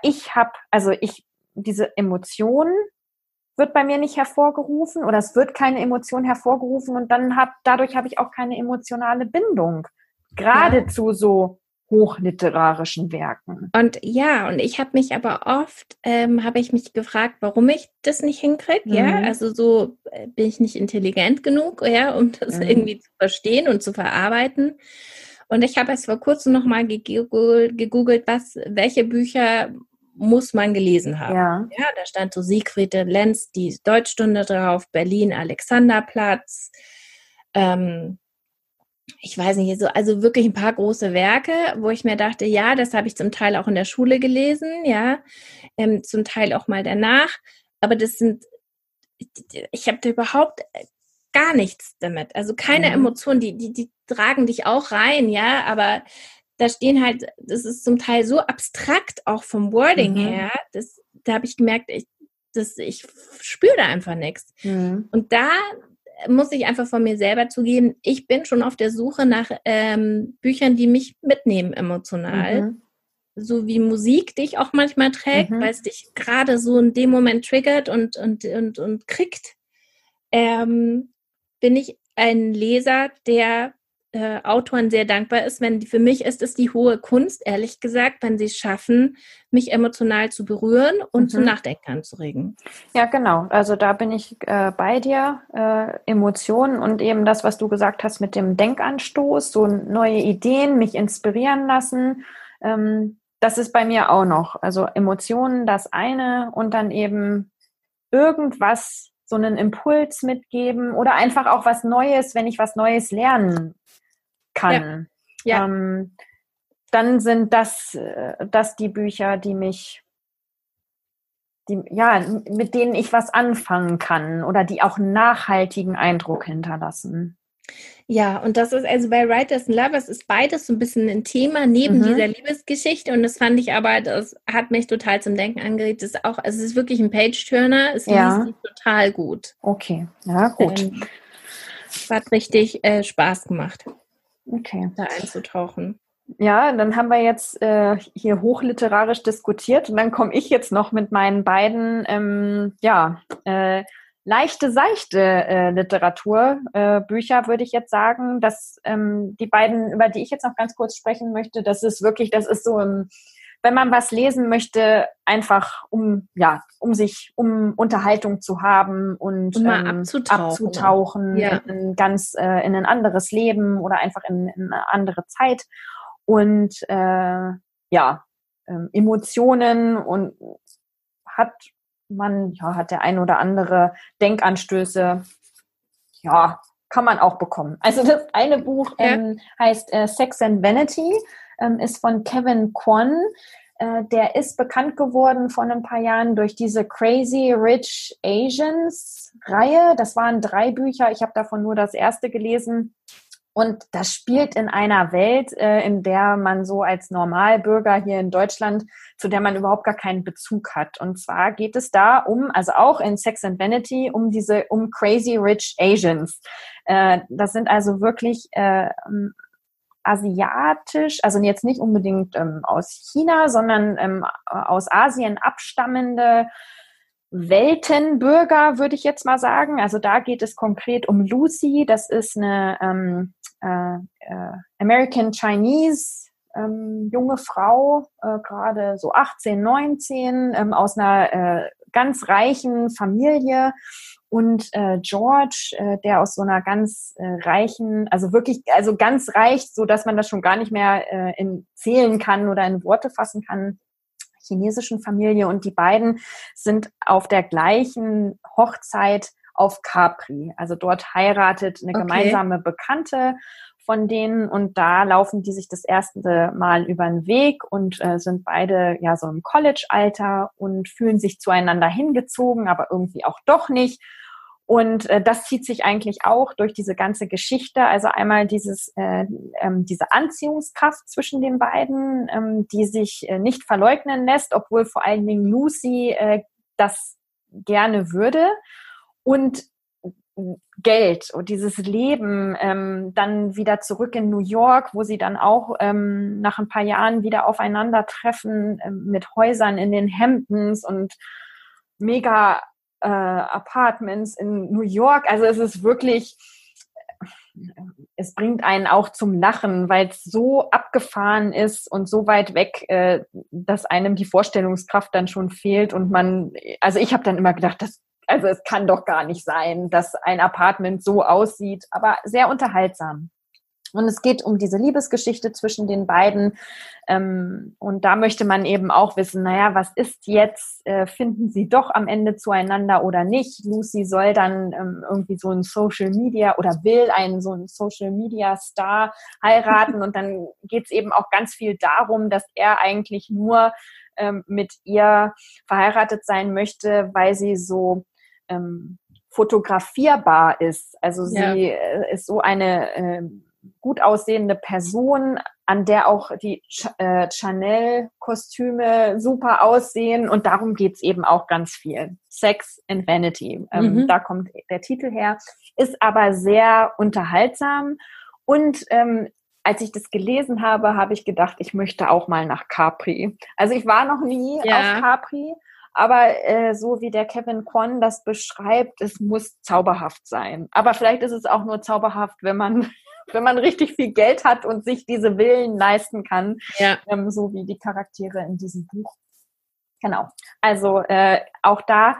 diese Emotion wird bei mir nicht hervorgerufen oder es wird keine Emotion hervorgerufen und dadurch habe ich auch keine emotionale Bindung, gerade zu so hochliterarischen Werken. Und ich habe mich aber oft, habe ich mich gefragt, warum ich das nicht hinkriege, also so bin ich nicht intelligent genug, um das irgendwie zu verstehen und zu verarbeiten. Und ich habe erst vor kurzem nochmal gegoogelt, welche Bücher muss man gelesen haben. Ja, da stand so Siegfried Lenz, die Deutschstunde drauf, Berlin, Alexanderplatz, ich weiß nicht, also wirklich ein paar große Werke, wo ich mir dachte, ja, das habe ich zum Teil auch in der Schule gelesen, zum Teil auch mal danach, aber ich habe da überhaupt gar nichts damit, also keine Emotionen, die tragen dich auch rein, aber da stehen halt, das ist zum Teil so abstrakt, auch vom Wording her, da habe ich gemerkt, ich spüre da einfach nichts. Und da muss ich einfach von mir selber zugeben, ich bin schon auf der Suche nach Büchern, die mich mitnehmen emotional. So wie Musik dich auch manchmal trägt, weil es dich gerade so in dem Moment triggert und kriegt. Bin ich ein Leser, der Autoren sehr dankbar ist. Für mich ist es die hohe Kunst, ehrlich gesagt, wenn sie es schaffen, mich emotional zu berühren und zum Nachdenken anzuregen. Ja, genau. Also da bin ich bei dir. Emotionen und eben das, was du gesagt hast mit dem Denkanstoß, so neue Ideen, mich inspirieren lassen. Das ist bei mir auch noch. Also Emotionen, das eine und dann eben irgendwas, so einen Impuls mitgeben oder einfach auch was Neues, wenn ich was Neues lernen kann. dann sind das die Bücher, mit denen ich was anfangen kann oder die auch einen nachhaltigen Eindruck hinterlassen. Ja, und das ist also bei Writers and Lovers ist beides so ein bisschen ein Thema neben dieser Liebesgeschichte und das fand ich aber, das hat mich total zum Denken angeregt. Das ist auch, also es ist wirklich ein Page-Turner, es liest sich total gut. Okay, ja gut. Es hat richtig Spaß gemacht, okay, da einzutauchen. Ja, dann haben wir jetzt hier hochliterarisch diskutiert und dann komme ich jetzt noch mit meinen beiden, leichte, seichte Literaturbücher, würde ich jetzt sagen, dass die beiden, über die ich jetzt noch ganz kurz sprechen möchte, das ist so, wenn man was lesen möchte, einfach um Unterhaltung zu haben und mal abzutauchen in ein anderes Leben oder einfach in eine andere Zeit und Emotionen und hat der ein oder andere Denkanstöße, kann man auch bekommen. Also das eine Buch heißt Sex and Vanity, ist von Kevin Kwan. Der ist bekannt geworden vor ein paar Jahren durch diese Crazy Rich Asians Reihe. Das waren 3 Bücher. Ich habe davon nur das erste gelesen. Und das spielt in einer Welt, in der man so als Normalbürger hier in Deutschland, zu der man überhaupt gar keinen Bezug hat. Und zwar geht es da also auch in Sex and Vanity, um Crazy Rich Asians. Das sind also wirklich asiatisch, also jetzt nicht unbedingt aus China, sondern aus Asien abstammende Weltenbürger, würde ich jetzt mal sagen. Also da geht es konkret um Lucy. Das ist eine American Chinese junge Frau, gerade so 18, 19, aus einer ganz reichen Familie. Und George, der aus so einer ganz reichen, also wirklich, also ganz reich, so dass man das schon gar nicht mehr zählen kann oder in Worte fassen kann, chinesischen Familie. Und die beiden sind auf der gleichen Hochzeit auf Capri. Also dort heiratet eine gemeinsame Bekannte von denen und da laufen die sich das erste Mal über den Weg und sind beide ja so im College-Alter und fühlen sich zueinander hingezogen, aber irgendwie auch doch nicht. Und das zieht sich eigentlich auch durch diese ganze Geschichte. Also einmal diese Anziehungskraft zwischen den beiden, die sich nicht verleugnen lässt, obwohl vor allen Dingen Lucy das gerne würde. Und Geld und dieses Leben dann wieder zurück in New York, wo sie dann auch nach ein paar Jahren wieder aufeinandertreffen mit Häusern in den Hamptons und mega Apartments in New York. Also es ist wirklich, es bringt einen auch zum Lachen, weil es so abgefahren ist und so weit weg, dass einem die Vorstellungskraft dann schon fehlt und also ich habe dann immer gedacht, es kann doch gar nicht sein, dass ein Apartment so aussieht, aber sehr unterhaltsam. Und es geht um diese Liebesgeschichte zwischen den beiden. Und da möchte man eben auch wissen, naja, was ist jetzt? Finden sie doch am Ende zueinander oder nicht? Lucy soll dann irgendwie so ein Social Media oder will so einen Social Media Star heiraten. Und dann geht es eben auch ganz viel darum, dass er eigentlich nur mit ihr verheiratet sein möchte, weil sie so fotografierbar ist. Also sie ist so eine gut aussehende Person, an der auch die Chanel-Kostüme super aussehen und darum geht's eben auch ganz viel. Sex and Vanity, da kommt der Titel her, ist aber sehr unterhaltsam und als ich das gelesen habe, habe ich gedacht, ich möchte auch mal nach Capri. Also ich war noch nie auf Capri, aber so wie der Kevin Kwan das beschreibt, es muss zauberhaft sein. Aber vielleicht ist es auch nur zauberhaft, wenn man richtig viel Geld hat und sich diese Villen leisten kann, so wie die Charaktere in diesem Buch. Genau. Also auch da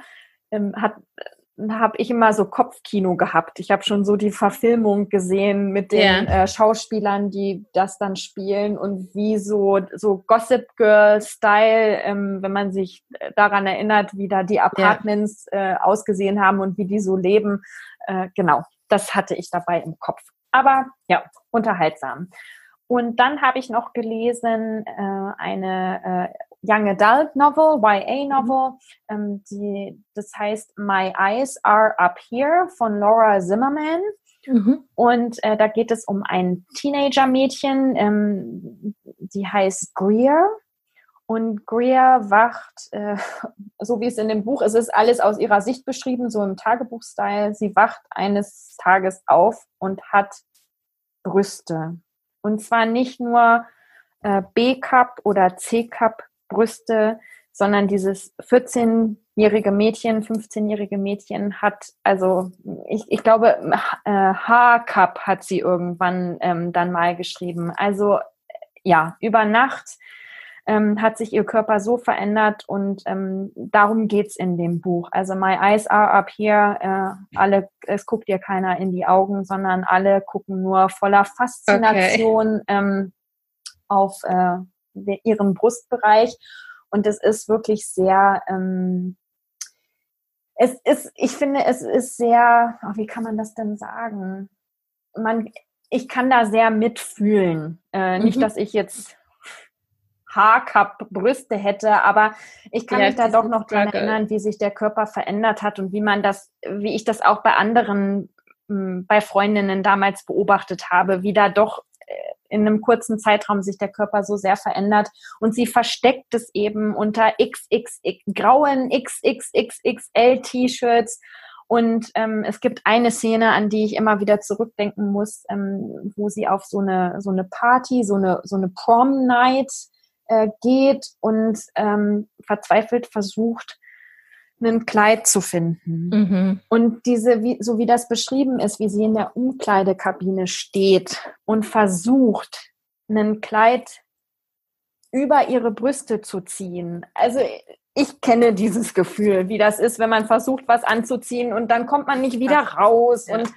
habe ich immer so Kopfkino gehabt. Ich habe schon so die Verfilmung gesehen mit den Schauspielern, die das dann spielen und wie so Gossip Girl Style, wenn man sich daran erinnert, wie da die Apartments ausgesehen haben und wie die so leben. Genau, das hatte ich dabei im Kopf. Aber ja, unterhaltsam. Und dann habe ich noch gelesen eine Young Adult Novel, YA Novel, das heißt My Eyes Are Up Here von Laura Zimmerman. Und da geht es um ein Teenager-Mädchen, die heißt Greer. Und Greer wacht, so wie es in dem Buch ist, es ist alles aus ihrer Sicht beschrieben, so im Tagebuch-Style. Sie wacht eines Tages auf und hat Brüste. Und zwar nicht nur B-Cup oder C-Cup Brüste, sondern dieses 14-jährige Mädchen, 15-jährige Mädchen hat, also ich glaube, H-Cup hat sie irgendwann dann mal geschrieben. Also ja, über Nacht hat sich ihr Körper so verändert und darum geht's in dem Buch. Also My Eyes Are Up Here, es guckt ihr keiner in die Augen, sondern alle gucken nur voller Faszination auf ihren Brustbereich. Und es ist wirklich sehr, ich finde, es ist sehr, wie kann man das denn sagen? Ich kann da sehr mitfühlen. Nicht, dass ich jetzt Haarcup-Brüste hätte, aber ich kann mich da doch noch dran erinnern, wie sich der Körper verändert hat und wie ich das auch bei anderen, bei Freundinnen damals beobachtet habe, wie da doch in einem kurzen Zeitraum sich der Körper so sehr verändert und sie versteckt es eben unter grauen XXXXL-T-Shirts und es gibt eine Szene, an die ich immer wieder zurückdenken muss, wo sie auf so eine Party, so eine Prom-Night geht und verzweifelt versucht, ein Kleid zu finden. Und so wie das beschrieben ist, wie sie in der Umkleidekabine steht und versucht, ein Kleid über ihre Brüste zu ziehen. Also ich kenne dieses Gefühl, wie das ist, wenn man versucht, was anzuziehen und dann kommt man nicht wieder raus. Und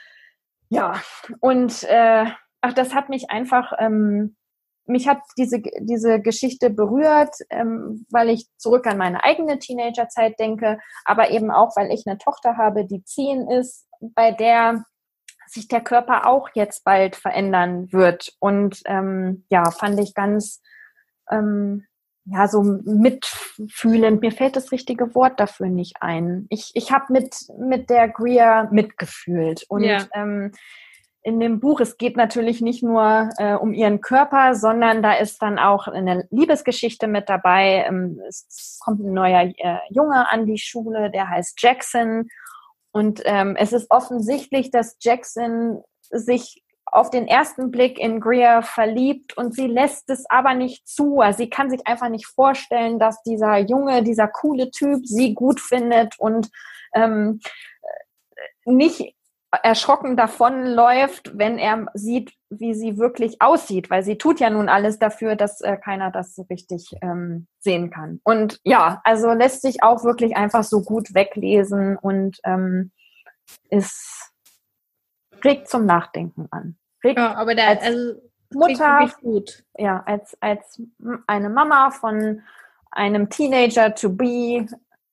das hat mich einfach mich hat diese Geschichte berührt, weil ich zurück an meine eigene Teenagerzeit denke, aber eben auch, weil ich eine Tochter habe, die 10 ist, bei der sich der Körper auch jetzt bald verändern wird. Und fand ich ganz so mitfühlend. Mir fällt das richtige Wort dafür nicht ein. Ich habe mit der Greer mitgefühlt. Und in dem Buch, es geht natürlich nicht nur um ihren Körper, sondern da ist dann auch eine Liebesgeschichte mit dabei. Es kommt ein neuer Junge an die Schule, der heißt Jackson. Und es ist offensichtlich, dass Jackson sich auf den ersten Blick in Greer verliebt und sie lässt es aber nicht zu. Also sie kann sich einfach nicht vorstellen, dass dieser Junge, dieser coole Typ sie gut findet und nicht erschrocken davonläuft, wenn er sieht, wie sie wirklich aussieht, weil sie tut ja nun alles dafür, dass keiner das so richtig sehen kann. Und ja, also lässt sich auch wirklich einfach so gut weglesen und es regt zum Nachdenken an. Aber da, als Mutter, gut. Ja, als eine Mama von einem Teenager to be,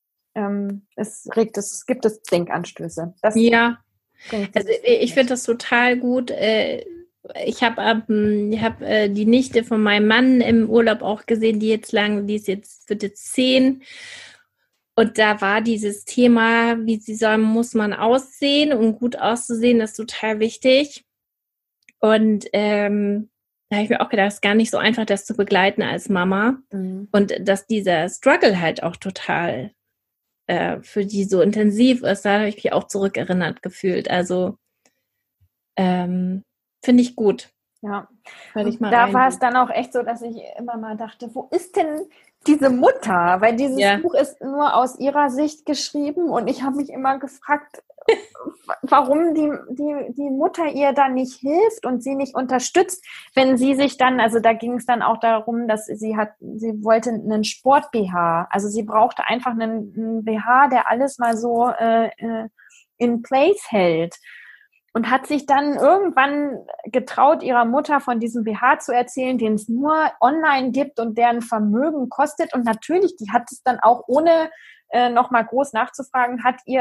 gibt es Denkanstöße. Also ich finde das total gut. Ich habe die Nichte von meinem Mann im Urlaub auch gesehen, wird jetzt 10. Und da war dieses Thema, muss man aussehen, um gut auszusehen, das ist total wichtig. Und da habe ich mir auch gedacht, es ist gar nicht so einfach, das zu begleiten als Mama. Und dass dieser Struggle halt auch total für die so intensiv ist, da habe ich mich auch zurückerinnert gefühlt. Also finde ich gut. Ja, da war es dann auch echt so, dass ich immer mal dachte, wo ist denn diese Mutter? Weil dieses Buch ist nur aus ihrer Sicht geschrieben und ich habe mich immer gefragt, warum die Mutter ihr da nicht hilft und sie nicht unterstützt, wenn sie sich dann, also da ging es dann auch darum, dass sie wollte einen Sport-BH, also sie brauchte einfach einen BH, der alles mal so in place hält. Und hat sich dann irgendwann getraut, ihrer Mutter von diesem BH zu erzählen, den es nur online gibt und deren Vermögen kostet. Und natürlich, die hat es dann auch ohne noch mal groß nachzufragen, hat die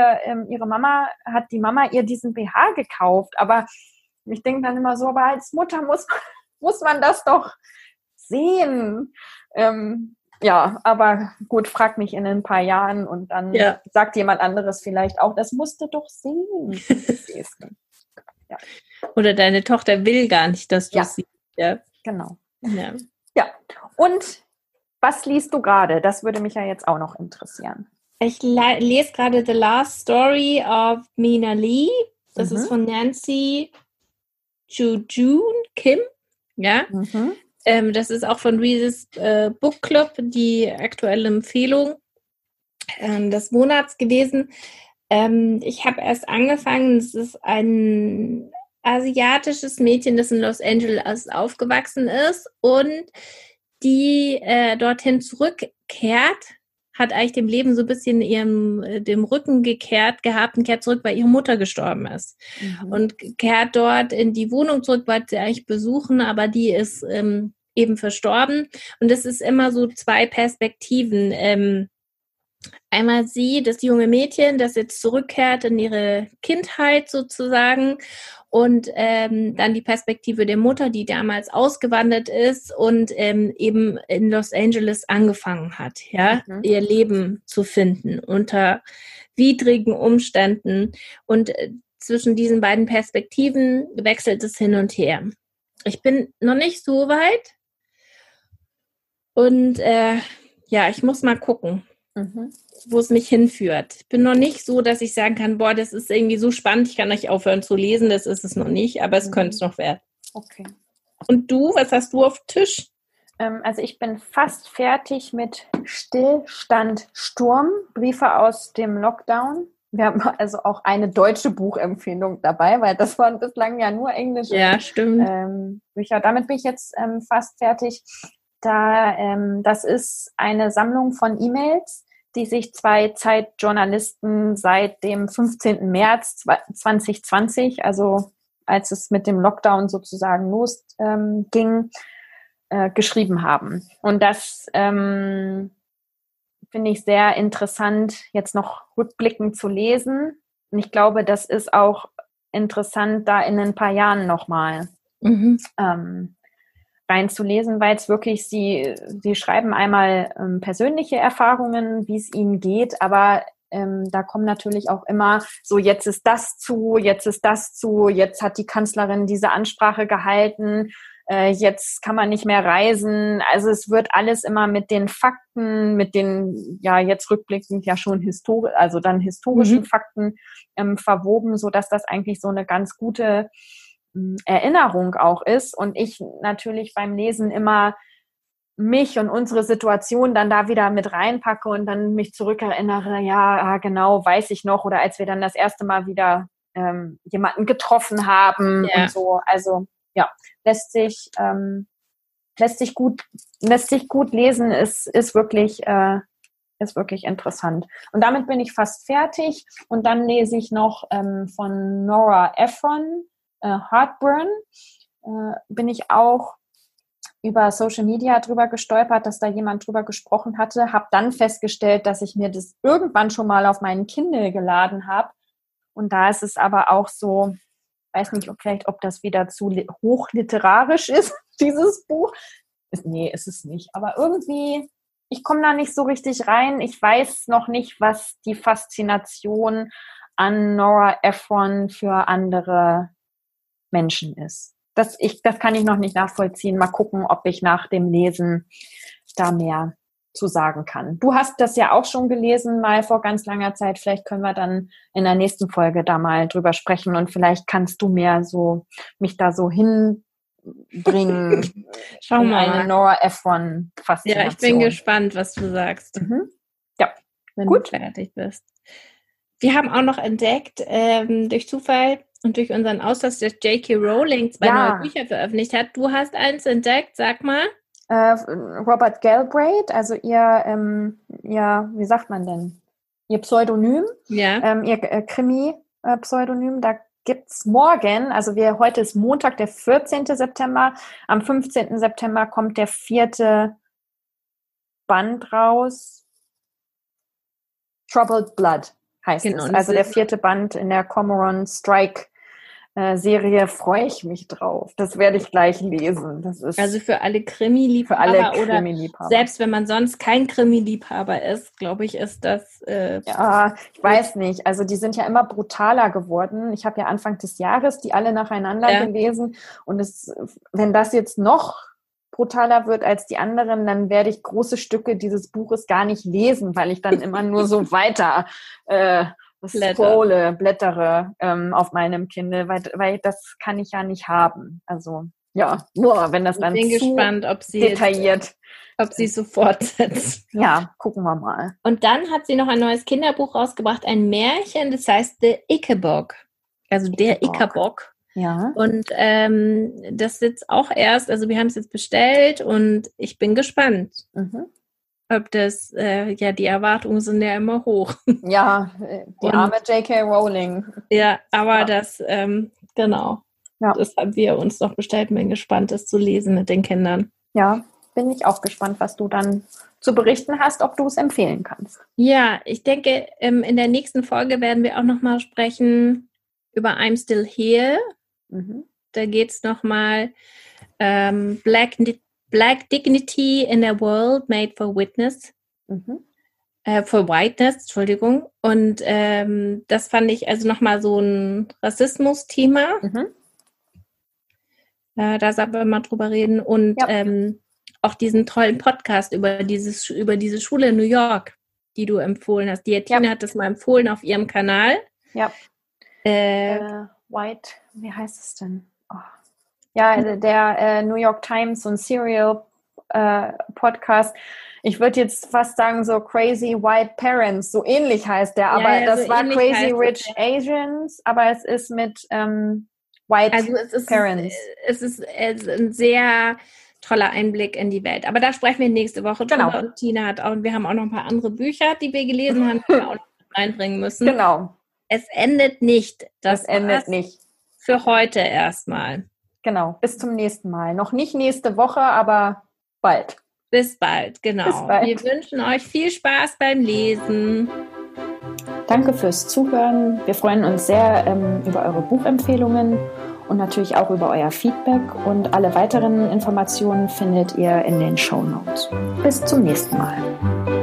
Mama ihr diesen BH gekauft. Aber ich denke dann immer so, aber als Mutter muss muss man das doch sehen. Ja, aber gut, frag mich in ein paar Jahren und dann sagt jemand anderes vielleicht auch, das musst du doch sehen. Ich sehe es nicht. Ja. Oder deine Tochter will gar nicht, dass du es siehst. Ja, genau. Ja, und was liest du gerade? Das würde mich ja jetzt auch noch interessieren. Ich lese gerade The Last Story of Mina Lee. Das ist von Nancy Jujun Kim. Ja. Das ist auch von Reese's Book Club die aktuelle Empfehlung des Monats gewesen. Ich habe erst angefangen. Es ist ein asiatisches Mädchen, das in Los Angeles aufgewachsen ist und die dorthin zurückkehrt, hat eigentlich dem Leben so ein bisschen dem Rücken gekehrt gehabt und kehrt zurück, weil ihre Mutter gestorben ist. Und kehrt dort in die Wohnung zurück, wollte sie eigentlich besuchen, aber die ist eben verstorben. Und es ist immer so zwei Perspektiven. Einmal sie, das junge Mädchen, das jetzt zurückkehrt in ihre Kindheit sozusagen und dann die Perspektive der Mutter, die damals ausgewandert ist und eben in Los Angeles angefangen hat, ihr Leben zu finden unter widrigen Umständen und zwischen diesen beiden Perspektiven wechselt es hin und her. Ich bin noch nicht so weit und ich muss mal gucken, wo es mich hinführt. Ich bin noch nicht so, dass ich sagen kann, boah, das ist irgendwie so spannend, ich kann nicht aufhören zu lesen, das ist es noch nicht, aber es könnte es noch werden. Okay. Und du, was hast du auf Tisch? Also ich bin fast fertig mit Stillstand Sturm, Briefe aus dem Lockdown. Wir haben also auch eine deutsche Buchempfehlung dabei, weil das waren bislang ja nur englische Bücher. Damit bin ich jetzt fast fertig. Das ist eine Sammlung von E-Mails, die sich zwei Zeitjournalisten seit dem 15. März 2020, also als es mit dem Lockdown sozusagen losging, geschrieben haben. Und das finde ich sehr interessant, jetzt noch rückblickend zu lesen. Und ich glaube, das ist auch interessant, da in ein paar Jahren nochmal reinzulesen, weil es wirklich, sie schreiben einmal persönliche Erfahrungen, wie es ihnen geht, aber da kommen natürlich auch immer so, jetzt ist das zu, jetzt hat die Kanzlerin diese Ansprache gehalten, jetzt kann man nicht mehr reisen. Also es wird alles immer mit den Fakten, mit den, jetzt rückblickend ja schon historischen Fakten verwoben, sodass das eigentlich so eine ganz gute Erinnerung auch ist und ich natürlich beim Lesen immer mich und unsere Situation dann da wieder mit reinpacke und dann mich zurückerinnere, genau, weiß ich noch, oder als wir dann das erste Mal wieder jemanden getroffen haben und so. Also lässt sich gut lesen, ist wirklich interessant. Und damit bin ich fast fertig und dann lese ich noch von Nora Ephron, Heartburn, bin ich auch über Social Media drüber gestolpert, dass da jemand drüber gesprochen hatte, habe dann festgestellt, dass ich mir das irgendwann schon mal auf meinen Kindle geladen habe und da ist es aber auch so, weiß nicht, ob das wieder zu hochliterarisch ist, dieses Buch. Nee, ist es nicht, aber irgendwie, ich komme da nicht so richtig rein, ich weiß noch nicht, was die Faszination an Nora Ephron für andere Menschen ist. Das kann ich noch nicht nachvollziehen. Mal gucken, ob ich nach dem Lesen da mehr zu sagen kann. Du hast das ja auch schon gelesen, mal vor ganz langer Zeit. Vielleicht können wir dann in der nächsten Folge da mal drüber sprechen und vielleicht kannst du mir mich da so hinbringen. Schau mal. Eine Nora Ephron Faszination. Ja, ich bin gespannt, was du sagst. Ja, wenn du fertig bist. Wir haben auch noch entdeckt, durch Zufall und durch unseren Austausch, dass J.K. Rowling zwei neue Bücher veröffentlicht hat. Du hast eins entdeckt, sag mal. Robert Galbraith, also ihr, wie sagt man denn? Ihr Pseudonym, ihr Krimi-Pseudonym, da gibt's morgen, also heute ist Montag, der 14. September, am 15. September kommt der 4. Band raus. Troubled Blood heißt es. Also der 4. Band in der Cormoran Strike Serie freue ich mich drauf. Das werde ich gleich lesen. Das ist also für alle Krimi-Liebhaber oder selbst wenn man sonst kein Krimi-Liebhaber ist, glaube ich, ist das... ja, ich weiß nicht. Also die sind ja immer brutaler geworden. Ich habe ja Anfang des Jahres die alle nacheinander gelesen. Und wenn das jetzt noch brutaler wird als die anderen, dann werde ich große Stücke dieses Buches gar nicht lesen, weil ich dann immer nur so weiter... blättere auf meinem Kindle, weil das kann ich ja nicht haben. Also ja, nur wenn das dann zu gespannt, ob sie detailliert, ob sie es so fortsetzt. Ja, gucken wir mal. Und dann hat sie noch ein neues Kinderbuch rausgebracht, ein Märchen, das heißt The Ickabog. Also der Ickabog. Ja. Und das sitzt auch erst, also wir haben es jetzt bestellt und ich bin gespannt. Mhm. Ob das, die Erwartungen sind ja immer hoch. Ja, die arme J.K. Rowling. Ja, aber das, genau. Ja. Das haben wir uns noch bestellt. Bin gespannt, das zu lesen mit den Kindern. Ja, bin ich auch gespannt, was du dann zu berichten hast, ob du es empfehlen kannst. Ja, ich denke, in der nächsten Folge werden wir auch nochmal sprechen über I'm Still Here. Mhm. Da geht es nochmal Black Dignity in a World Made for Witness. Mhm. For Whiteness, Entschuldigung. Und das fand ich also nochmal so ein Rassismus-Thema. Mhm. Da sollten wir mal drüber reden. Und auch diesen tollen Podcast über diese Schule in New York, die du empfohlen hast. Die Tina hat das mal empfohlen auf ihrem Kanal. Ja. White, wie heißt es denn? Oh. Ja, der New York Times und Serial Podcast. Ich würde jetzt fast sagen, so Crazy White Parents, so ähnlich heißt der, aber das so war Crazy Rich Asians, aber es ist mit White Parents. Es ist ein sehr toller Einblick in die Welt. Aber da sprechen wir nächste Woche drüber. Genau. Und Tina wir haben auch noch ein paar andere Bücher, die wir gelesen haben, die wir auch noch reinbringen müssen. Genau. Es endet nicht. Das endet nicht. Für heute erstmal. Genau. Bis zum nächsten Mal. Noch nicht nächste Woche, aber bald. Bis bald, genau. Bis bald. Wir wünschen euch viel Spaß beim Lesen. Danke fürs Zuhören. Wir freuen uns sehr über eure Buchempfehlungen und natürlich auch über euer Feedback. Und alle weiteren Informationen findet ihr in den Shownotes. Bis zum nächsten Mal.